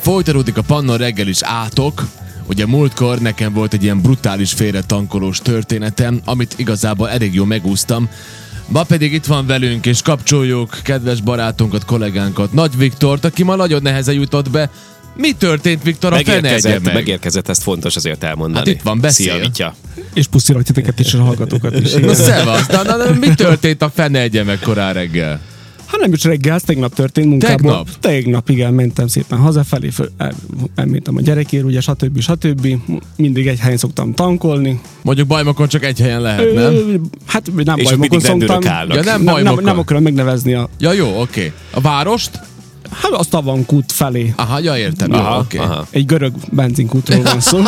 Folytatódik a Pannon reggel is átok. Ugye múltkor nekem volt egy ilyen brutális félretankolós történetem, amit igazából elég jól megúsztam. Ma pedig itt van velünk, és kapcsoljuk kedves barátunkat, kollégánkat, Nagy Viktort, aki ma nagyon nehezen jutott be. Mi történt, Viktor? A Megérkezett, ezt fontos azért elmondani. Hát itt van, beszél. Szia, Vitya. És puszilak titeket is, a hallgatókat is. Na szevasz, mi történt a fene egye meg korán reggel? Hát nem is reggel, ez tegnap történt munkából. Tegnap, igen, mentem szépen hazafelé, elmentem a gyerekért, ugye, stb. Mindig egy helyen szoktam tankolni. Mondjuk Bajmokon csak egy helyen lehet, nem? Hát nem és Bajmokon szoktam. Ja, nem akarom megnevezni a... Ja, jó, oké. A várost? Hát a Tavankút felé. Aha, ja, értem. Oké. Egy görög benzinkútról van szó.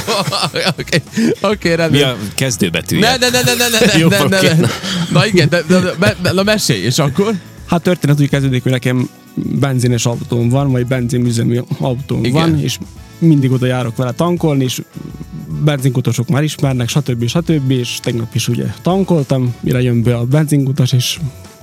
Oké, rendben. Mi a kezdőbetűje? Ne. Na igen, de mesélj, és akkor? Hát történet úgy kezdődik, hogy nekem benzines autóm van, vagy benzinüzemű autóm van, és mindig oda járok vele tankolni, és benzinkutasok már ismernek, stb. És tegnap is ugye tankoltam, mire jön be a benzinkutas, és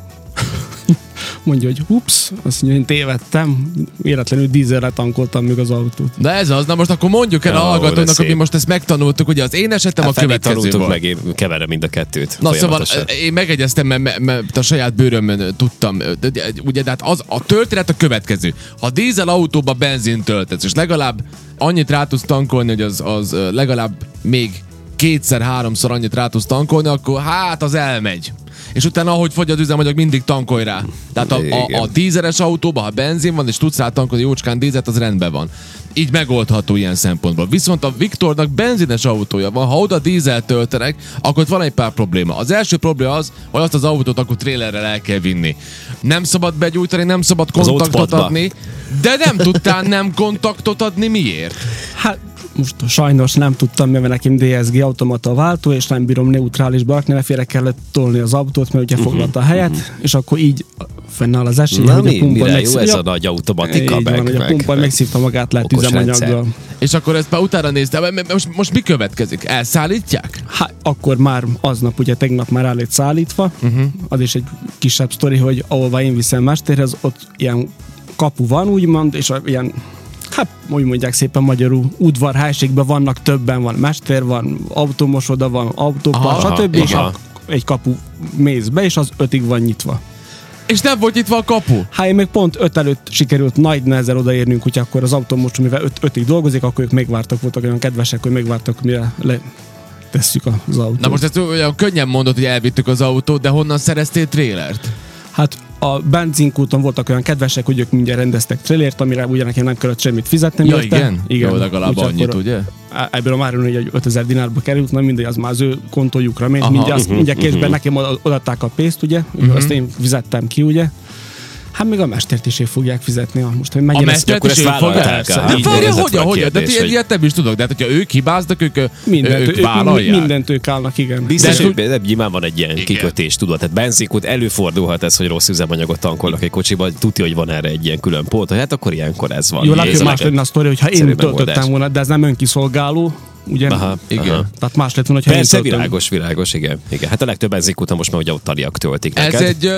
mondja, hogy ups, azt mondja, én tévedtem, véletlenül dízelre tankoltam még az autót. De ez az, na most akkor mondjuk el a hallgatónak, hogy mi most ezt megtanultuk, ugye az én esetem a következő volt. Meg, én keverem mind a kettőt. Na szóval én megegyeztem, mert a saját bőrömön tudtam, ugye, de hát a történet a következő. Ha dízel autóba benzint töltesz, és legalább annyit rá tudsz tankolni, hogy az legalább még 2-3-szor annyit rá tudsz tankolni, akkor hát az elmegy. És utána, ahogy fogy az üzemanyag, mindig tankolj rá. Tehát a dízeres autóban, ha benzin van, és tudsz rá tankolni jócskán dízet, az rendben van. Így megoldható ilyen szempontból. Viszont a Viktornak benzines autója van, ha oda dízel töltenek, akkor ott van egy pár probléma. Az első probléma az, hogy azt az autót akkor trélerrel el kell vinni. Nem szabad begyújtani, nem szabad kontaktot adni, de nem tudtál nem kontaktot adni, miért? Hát most sajnos nem tudtam, mert nekem DSG automata váltó, és nem bírom neutrálisba rakni, mert félre kellett tolni az autót, mert ugye foglalta a helyet, és akkor így fennáll az esély, hogy a pumpa jó ez a nagy automatika, hogy a pumpa megszívta magát lett üzemanyaggal. És akkor ezt már utána néztem, most mi következik? Elszállítják? Hát akkor már aznap, ugye tegnap már el lett szállítva, az is egy kisebb sztori, hogy ahova én viszem mesterhez, ott ilyen kapu van, úgymond, és ilyen, hát úgy mondják szépen magyarul, udvarhelységben vannak többen, van mester, van automosoda, van autópart, stb. És egy kapu mész be, és az 5-ig van nyitva. És nem volt nyitva a kapu? Hát én még pont 5 előtt sikerült nagy nehezen odaérnünk, hogy akkor az automos, mivel 5-ig dolgozik, akkor ők megvártak, voltak olyan kedvesek, hogy megvártak, mire tesszük az autót. Na most ezt olyan könnyen mondod, hogy elvittük az autót, de honnan szereztél trélert? Hát a benzinkúton voltak olyan kedvesek, hogy ők mindjárt rendeztek trélért, amire ugye nekem nem kellett semmit fizetni. Ja, igen? Jó, legalább annyit, akkor, ugye? Ebből már hogy 5000 dinárba került, na mindegy, az már az ő kontójukra ment, mindjárt késben nekem odaadták a pénzt, ugye? Azt én fizettem ki, ugye? Hát még a mestert is fogják fizetni. Most, hogy a mestert is fogják? Hogyan? De ilyet nem is tudok. De hát, hogyha ők hibáznak, ők vállalják. Mindent ők állnak, igen. Biztos, hogy nyilván van egy ilyen kikötés, tudod. Tehát benzinkút előfordulhat ez, hogy rossz üzemanyagot tankolnak egy kocsiba, tudja, hogy van erre egy ilyen külön pont. Hát akkor ilyenkor ez van. Jó, látjuk más lenne a sztori, hogyha én töltöttem volna, de ez nem önkiszolgáló. Ugye? Igen. Tehát más lett volna, hogyha persze, világos, igen. Hát a legtöbb benzinkúton most már ugye ottaliak töltik neked. Ez egy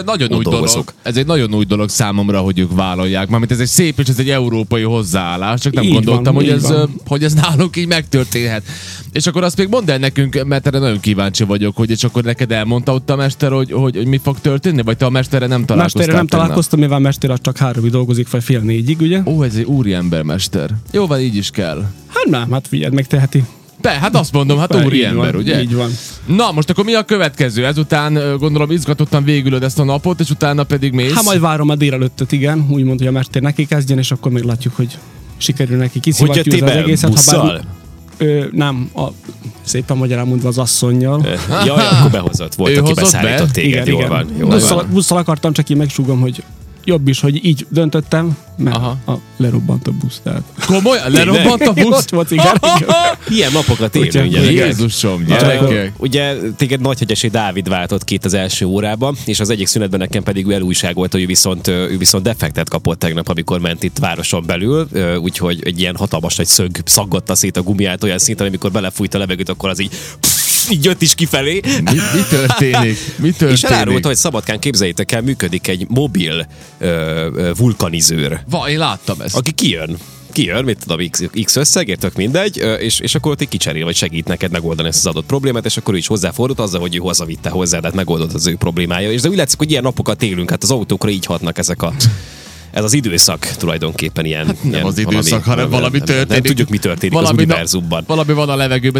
nagyon új dolog számomra, hogy ők vállalják. Mármint ez egy szép és ez egy európai hozzáállás, csak nem így gondoltam, hogy ez nálunk így megtörténhet. És akkor azt még mondd el nekünk, mert erre nagyon kíváncsi vagyok, hogy és akkor neked elmondta ott a mester, hogy mi fog történni? Vagy te a mesterre nem találkoztál? Mesterre nem találkoztam, mivel a mester az csak 3-ig dolgozik, vagy 3-4-ig, ugye? Ó, ez egy úriembermester. Jó, van, így is kell. Hát nem, hát figyeld, megteheti. Hát azt mondom, hát úriember, ugye? Így van. Na, most akkor mi a következő? Ezután gondolom izgatottan végülöd ezt a napot, és utána pedig mész? Hát majd várom a délelőttöt, igen. Úgy mondta, hogy a mester neki kezdjen, és akkor meglátjuk, hogy sikerül neki kiszivattyúzni az egészet. Busszal? Nem, szépen magyarán mondva az asszonnyal. Jaj, akkor behozott. Volt, aki beszállított téged. Jól van. Busszal akartam, csak én megsúgom, hogy jobb is, hogy így döntöttem, mert lerobbant a busz. Tehát. Komolyan? Lerobbant a busz? Ott volt, igen. Ilyen napokat élünk. Jézusom, gyerekek. Ugye téged Nagyhegyesi Dávid váltott ki itt az első órában, és az egyik szünetben nekem pedig elújságolt, hogy ő viszont defektet kapott tegnap, amikor ment itt városon belül, úgyhogy egy ilyen hatalmas nagy szög szaggatta szét a gumiát olyan szinten, amikor belefújt a levegőt, akkor az így jött is kifelé. Mi történik? És elárulta, hogy Szabadkán, képzeljétek el, működik egy mobil vulkanizőr. Én láttam ezt. Aki kijön kijön, mit tudom, X összegért, tök mindegy, és akkor ott kicserél, vagy segít neked megoldani ezt az adott problémát, és akkor ő is hozzáfordult azzal, hogy ő hazavitte hozzá, tehát megoldott az ő problémája. És de úgy látszik, hogy ilyen napokat élünk, hát az autókra így hatnak ez az időszak tulajdonképpen ilyen. Hát nem ilyen az időszak, hanem valami történik. Nem tudjuk, mi történik az univerzumban. Valami van a levegőben.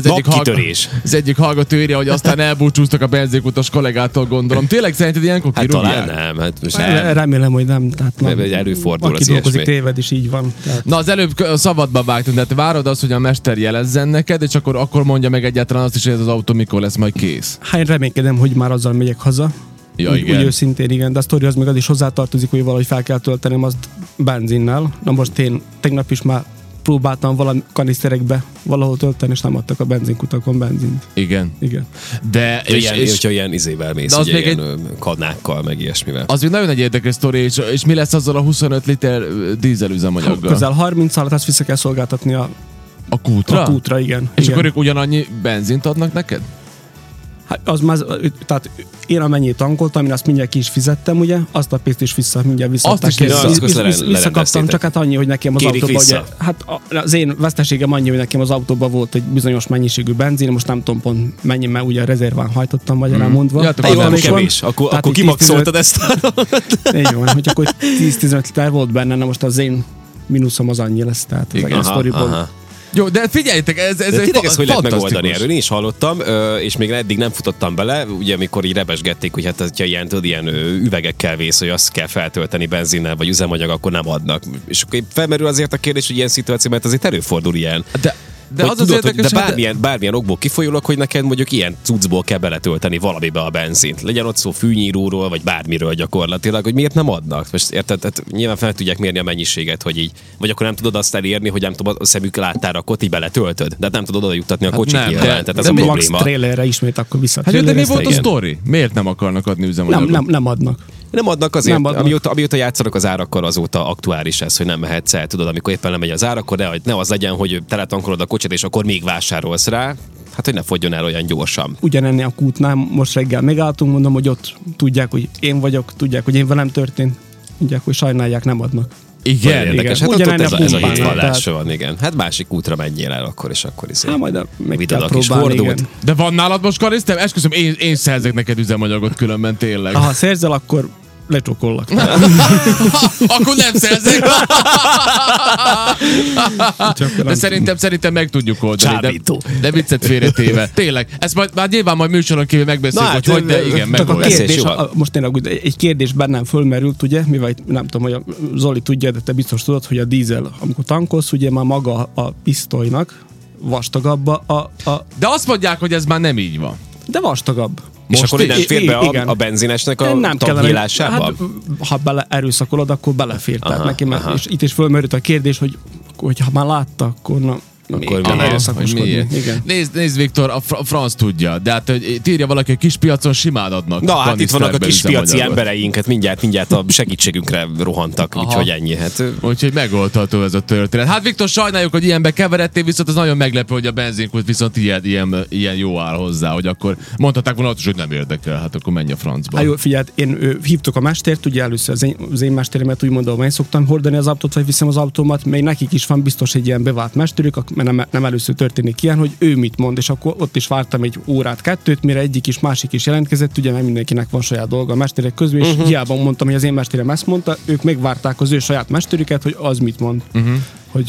Az egyik hallgató írja, hogy aztán elbúcsúztak a benzinkutas kollégától, gondolom. Tényleg szerinted ilyenkor kirúgják? Talán nem. Hát most nem. Remélem, hogy nem. Tehát nem. Előfordul az ilyesmi. Téved is így van. Tehát. Na, az előbb szabadba vágtunk, tehát várod azt, hogy a mester jelezzen neked, és akkor mondja meg egyáltalán azt is, hogy ez az autó mikor lesz majd kész. Hát én reménykedem, hogy már azzal megyek haza. Ja, úgy őszintén, igen, de a sztori az meg az is hozzátartozik, hogy valahogy fel kell töltenem azt benzinnel. Na most én tegnap is már próbáltam valami kaniszterekbe valahol tölteni, és nem adtak a benzinkutakon benzint. Igen. De hogyha ilyen izével mész, ugye ilyen kannákkal, meg ilyesmivel. Az még nagyon egy érdekes sztori, és mi lesz azzal a 25 liter dízelüzemanyaggal? Közel 30 alatt azt vissza kell szolgáltatni a kútra? A kútra, igen. És igen. akkor ők ugyanannyi benzint adnak neked? Hát az már, tehát én amennyit tankoltam, én azt mindjárt ki is fizettem, ugye, azt a pénzt is mindjárt visszakaptam, csak hát annyi, hogy nekem az autóban, ugye, hát az én veszteségem annyi, hogy nekem az autóban volt egy bizonyos mennyiségű benzin, most nem tudom pont mennyi, mert ugye rezerván hajtottam, magyarán mondva. Ja, kevés, akkor kimaxoltad ezt. Így van, hogy akkor 10-15 liter volt benne, na most az én mínuszom az annyi lesz, tehát az egész sztoriból. Jó, de figyeljétek, ez egy hogy lehet megoldani erről. Én is hallottam, és még eddig nem futottam bele, ugye amikor így rebesgették, hogy hát ha ilyen üvegekkel vész, hogy azt kell feltölteni benzinnel vagy üzemanyag, akkor nem adnak. És akkor felmerül azért a kérdés, hogy ilyen szituáció, mert azért előfordul ilyen. De az tudod, érdekes, bármilyen okból kifolyólag, hogy neked mondjuk ilyen cuccból kell beletölteni valamibe a benzint. Legyen ott szó fűnyíróról, vagy bármiről gyakorlatilag, hogy miért nem adnak. Most érted, hát nyilván fel tudják mérni a mennyiséget, hogy így, vagy akkor nem tudod azt elérni, hogy nem tudom, a szemük láttárakot így beletöltöd, de nem tudod oda juttatni a kocsit nyilván. Tehát ez a probléma. Trailerre ismét akkor vissza. Hát de mi volt a sztori? Miért nem akarnak adni üzemanyagot? Nem adnak. Nem adnak azért, amióta játszanak az árakkal, azóta aktuális ez, hogy nem mehetsz el, tudod, amikor éppen lemegy az ára, akkor ne az legyen, hogy teletankolod a kocsit, és akkor még vásárolsz rá, hát hogy ne fogjon el olyan gyorsan. Ugyanennél a kútnál most reggel megálltunk, mondom, hogy ott tudják, hogy én vagyok, tudják, hogy én velem történt, tudják, hogy sajnálják, nem adnak. Igen. Hát ugyanennél ez a hitvallásra van, igen. Hát másik útra menjél el akkor, és akkor is. Hát majd meg kell próbálni, De van nálad most karisztem? Esküszöm, én szerzek neked üzemanyagot különben tényleg. Ha szerzel, akkor lecsókollak. Akkor nem szerzek. De szerintem meg tudjuk oldani. De viccet félretéve. Tényleg. Ezt majd nyilván majd műsoron kívül megbeszéljük, hogy de igen, megoldjuk. Most tényleg egy kérdés bennem fölmerült, ugye, mivel nem tudom, hogy a Zoli tudja, de te biztos tudod, hogy a dízel, amikor tankolsz, ugye már maga a pisztolynak vastagabb De azt mondják, hogy ez már nem így van. De vastagabb. És akkor nem fér be a benzinesnek a tanknyílásába? Hát, ha bele erőszakolod, akkor belefér. Tehát neki és itt is fölmerült a kérdés, hogy ha már látta, akkor nem erőszakoskodni. Nézd, Viktor, a franc tudja, de hát írja valaki, a kis piacon simán adnak. Na, hát itt vannak a kis piaci embereinket, mindjárt a segítségünkre rohantak, úgyhogy ennyi. Hát. Úgyhogy megoldható ez a történet. Hát Viktor, sajnáljuk, hogy ilyenbe keveredtél, viszont az nagyon meglepő, hogy a benzinkút viszont ilyen jó áll hozzá, hogy akkor mondhatták volna, hogy nem érdekel, hát akkor menj a francba. Jó, figyelj, hívtuk a mestert, ugye először az én mesteremet úgy mondom, én szoktam hordani az autót, vagy viszem az autómat, még nekik is van biztos egy ilyen bevált mesterük, mert nem először történik ilyen, hogy ő mit mond, és akkor ott is vártam egy órát, kettőt, mire egyik is, másik is jelentkezett, ugye, mert mindenkinek van saját dolga a mesterek közül, és hiába mondtam, hogy az én mesterem ezt mondta, ők megvárták az ő saját mesterüket, hogy az mit mond. Hogy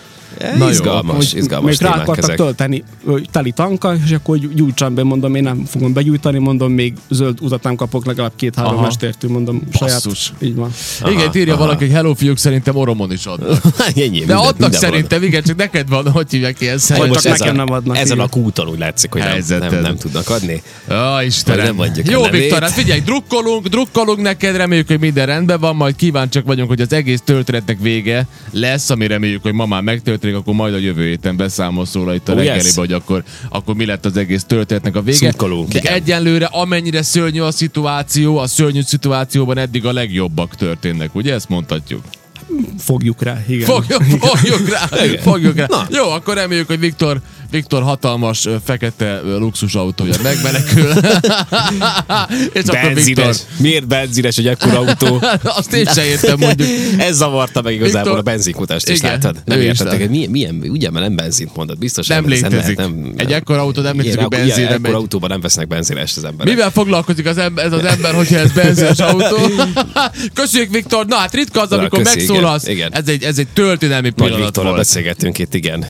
izgalmas még rá akartak tölteni teli tankkal, és akkor gyújtsam be, mondom, én nem fogom begyújtani, mondom, még zöld utat nem kapok legalább 2-3 mestertől, mondom, saját. Így van. Igen, írja valaki, hogy hello fiúk, szerintem oromon is adnak. De adnak szerintem, igen, csak neked van, hogy hívják ilyen most nekem nem adnak. Ezen a kúton úgy látszik, hogy nem tudnak adni. Istenem. Jó, Viktor, hát figyelj, drukkolunk neked, reméljük, hogy minden rendben van, majd kíváncsiak vagyunk, hogy az egész történetnek vége lesz, ami reméljük, hogy ma már megtörténik, akkor majd a jövő héten beszámolsz róla itt a reggelibe, hogy akkor mi lett az egész történetnek a vége. De egyenlőre, amennyire szörnyű a szituáció, a szörnyű szituációban eddig a legjobbak történnek, ugye? Ezt mondhatjuk. Fogjuk rá, igen. Fogjuk rá. Jó, akkor reméljük, hogy Viktor Viktor hatalmas fekete luxusautója megmenekül. És akkor Viktor... Benzines. Miért benzines egy ekkora autó? Azt én sem értem, mondjuk. Ez zavarta meg igazából Viktor- a benzinkutást is, Igen, látod? Nem ő is értettek, nem. hogy milyen, ugye, mert nem benzint mondod, biztos. Nem ez létezik. Egy ekkora autó nem létezik, hogy benzínre Ekkora megy. autóban nem vesznek benzinest az emberek. Mivel foglalkozik ez az ember, hogyha ez benzines autó? Köszönjük, Viktor! Na hát ritka az, amikor Köszi, megszólalsz. igen. Ez egy történelmi Nagy pillanat Viktorral volt. beszélgettünk itt, igen.